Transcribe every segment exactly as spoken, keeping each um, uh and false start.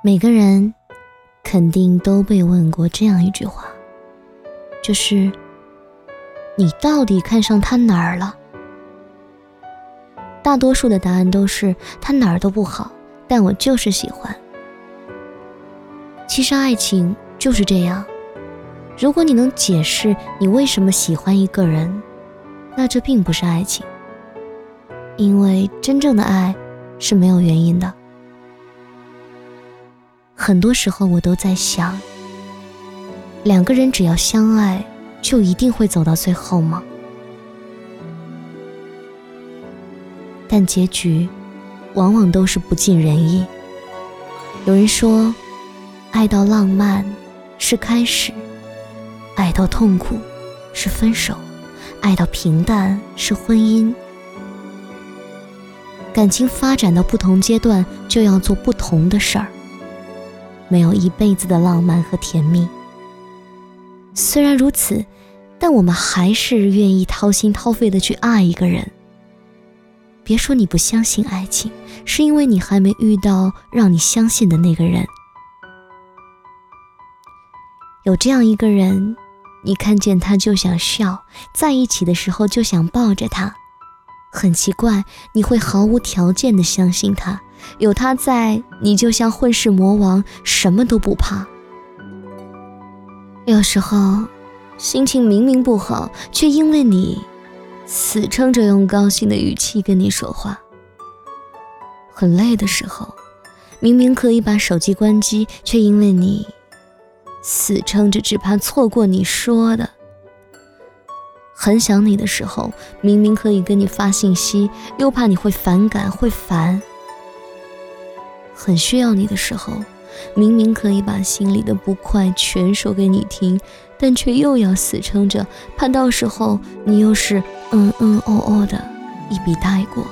每个人肯定都被问过这样一句话，就是你到底看上他哪儿了？大多数的答案都是他哪儿都不好，但我就是喜欢。其实爱情就是这样，如果你能解释你为什么喜欢一个人，那这并不是爱情，因为真正的爱是没有原因的。很多时候我都在想，两个人只要相爱，就一定会走到最后吗？但结局往往都是不尽人意。有人说，爱到浪漫是开始，爱到痛苦是分手，爱到平淡是婚姻。感情发展到不同阶段，就要做不同的事儿，没有一辈子的浪漫和甜蜜。虽然如此，但我们还是愿意掏心掏肺的去爱一个人。别说你不相信爱情，是因为你还没遇到让你相信的那个人。有这样一个人，你看见他就想笑，在一起的时候就想抱着他。很奇怪，你会毫无条件地相信他，有他在，你就像混世魔王，什么都不怕。有时候心情明明不好，却因为你死撑着用高兴的语气跟你说话。很累的时候，明明可以把手机关机，却因为你死撑着，只怕错过你说的。很想你的时候，明明可以跟你发信息，又怕你会反感会烦。很需要你的时候，明明可以把心里的不快全说给你听，但却又要死撑着，怕到时候你又是嗯嗯哦哦的一笔带过。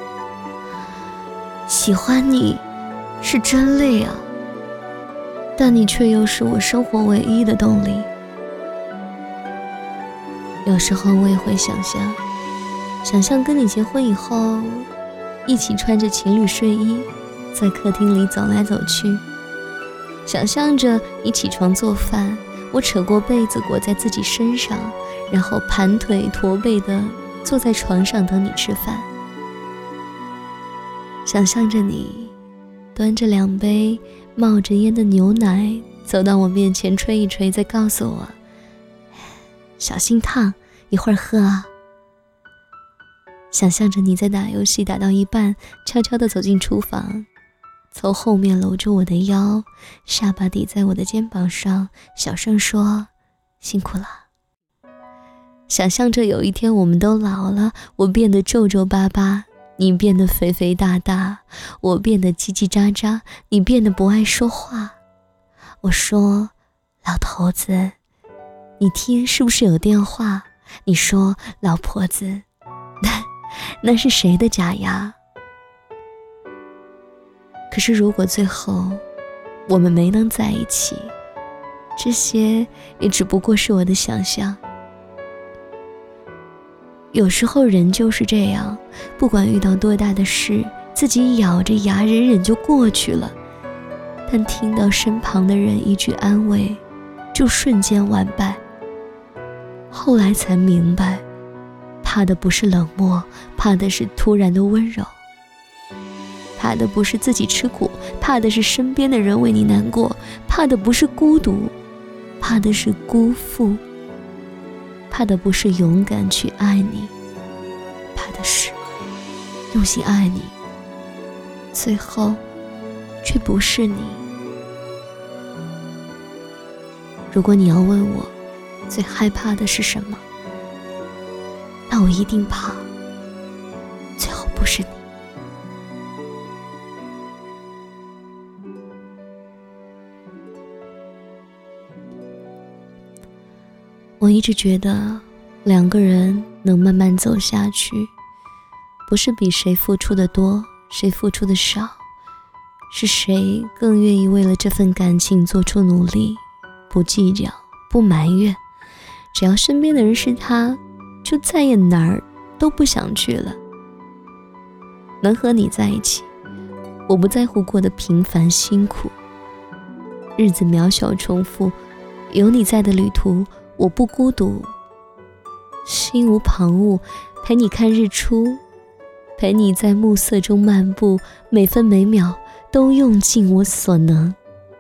喜欢你是真累啊，但你却又是我生活唯一的动力。有时候我也会想象，想象跟你结婚以后，一起穿着情侣睡衣，在客厅里走来走去，想象着你起床做饭，我扯过被子裹在自己身上，然后盘腿驼背的坐在床上等你吃饭。想象着你端着两杯冒着烟的牛奶走到我面前吹一吹，再告诉我小心烫，一会儿喝啊。想象着你在打游戏打到一半，悄悄地走进厨房，从后面搂住我的腰，下巴抵在我的肩膀上，小声说辛苦了。想象着有一天我们都老了，我变得皱皱巴巴，你变得肥肥大大，我变得叽叽喳喳，你变得不爱说话。我说老头子，你听是不是有电话？你说老婆子，那那是谁的假牙？可是如果最后我们没能在一起，这些也只不过是我的想象。有时候人就是这样，不管遇到多大的事，自己咬着牙忍忍就过去了，但听到身旁的人一句安慰，就瞬间完败。后来才明白，怕的不是冷漠，怕的是突然的温柔。怕的不是自己吃苦，怕的是身边的人为你难过。怕的不是孤独，怕的是辜负。怕的不是勇敢去爱你，怕的是用心爱你，最后却不是你。如果你要问我最害怕的是什么，那我一定怕最后不是你。我一直觉得两个人能慢慢走下去，不是比谁付出的多谁付出的少，是谁更愿意为了这份感情做出努力，不计较不埋怨，只要身边的人是他，就再也哪儿都不想去了。能和你在一起，我不在乎过得平凡辛苦， 日子渺小重复，有你在的旅途，我不孤独。心无旁骛，陪你看日出，陪你在暮色中漫步，每分每秒都用尽我所能。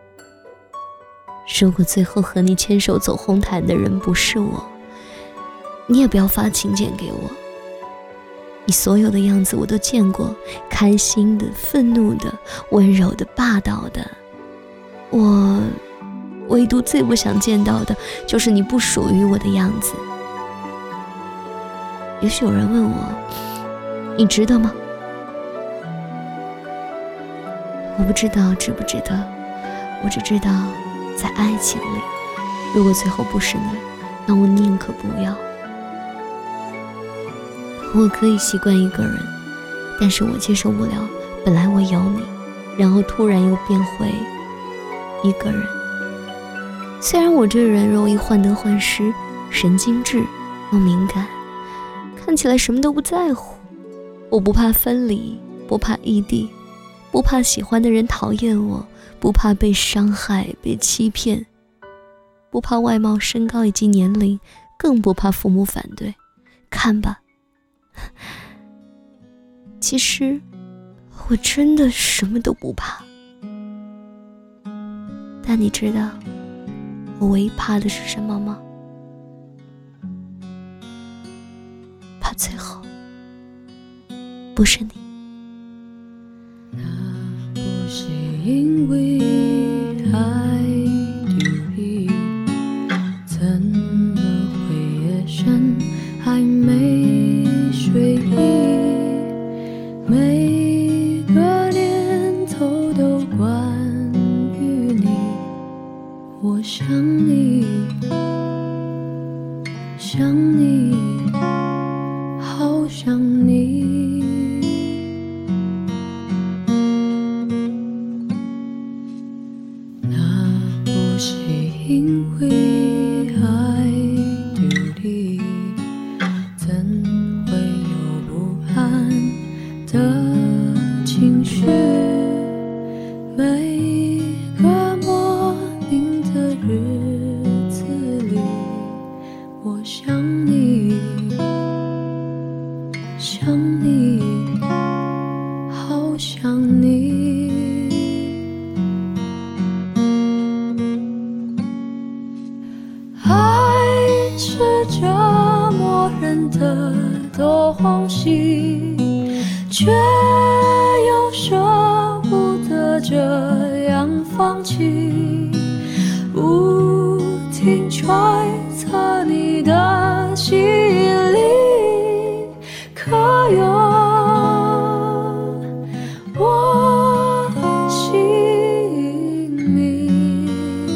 如果最后和你牵手走红毯的人不是我，你也不要发请柬给我。你所有的样子我都见过，开心的、愤怒的、温柔的、霸道的。我唯独最不想见到的就是你不属于我的样子。也许有人问我，你值得吗？我不知道值不值得，我只知道在爱情里，如果最后不是你，那我宁可不要。我可以习惯一个人，但是我接受不了本来我有你，然后突然又变回一个人。虽然我这人容易患得患失，神经质又敏感，看起来什么都不在乎。我不怕分离，不怕异地，不怕喜欢的人讨厌我，不怕被伤害、被欺骗，不怕外貌、身高以及年龄，更不怕父母反对。看吧，其实我真的什么都不怕。但你知道我唯一怕的是什么吗？怕最后不是你。 那不是因为爱丢离，怎么会夜深还没睡意？每个念头都关于你，我想你，想你，好想你。那不是因为爱丢离，怎会有不安的情绪？每个莫名的日子里，我想你，想你，好想你。爱是这默认的东西，却又舍不得这样放弃，不停揣测你的心里，可有我姓名？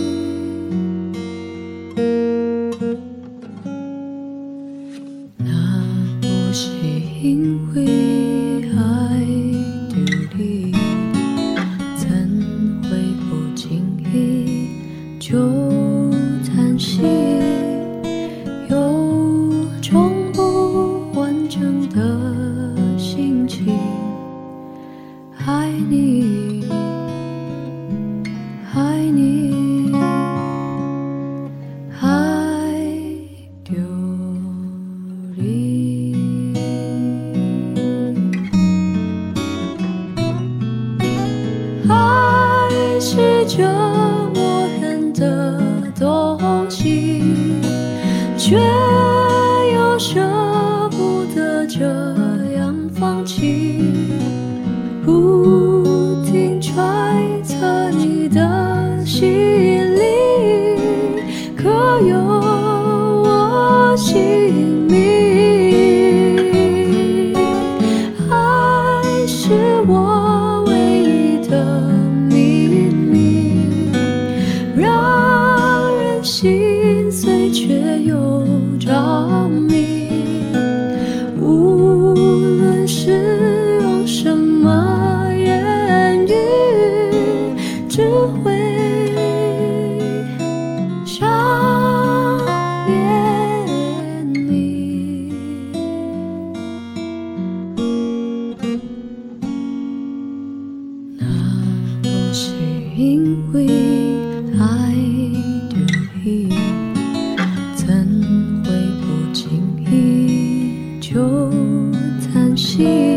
那不是因为爱丢离，怎会不经意就叹息，有种不完整的心情。爱你，爱你，爱丢离。爱是这默认的东西，却又舍不得这样放弃，不停揣测你的心里，可有我姓名？爱是我唯一的秘密， 记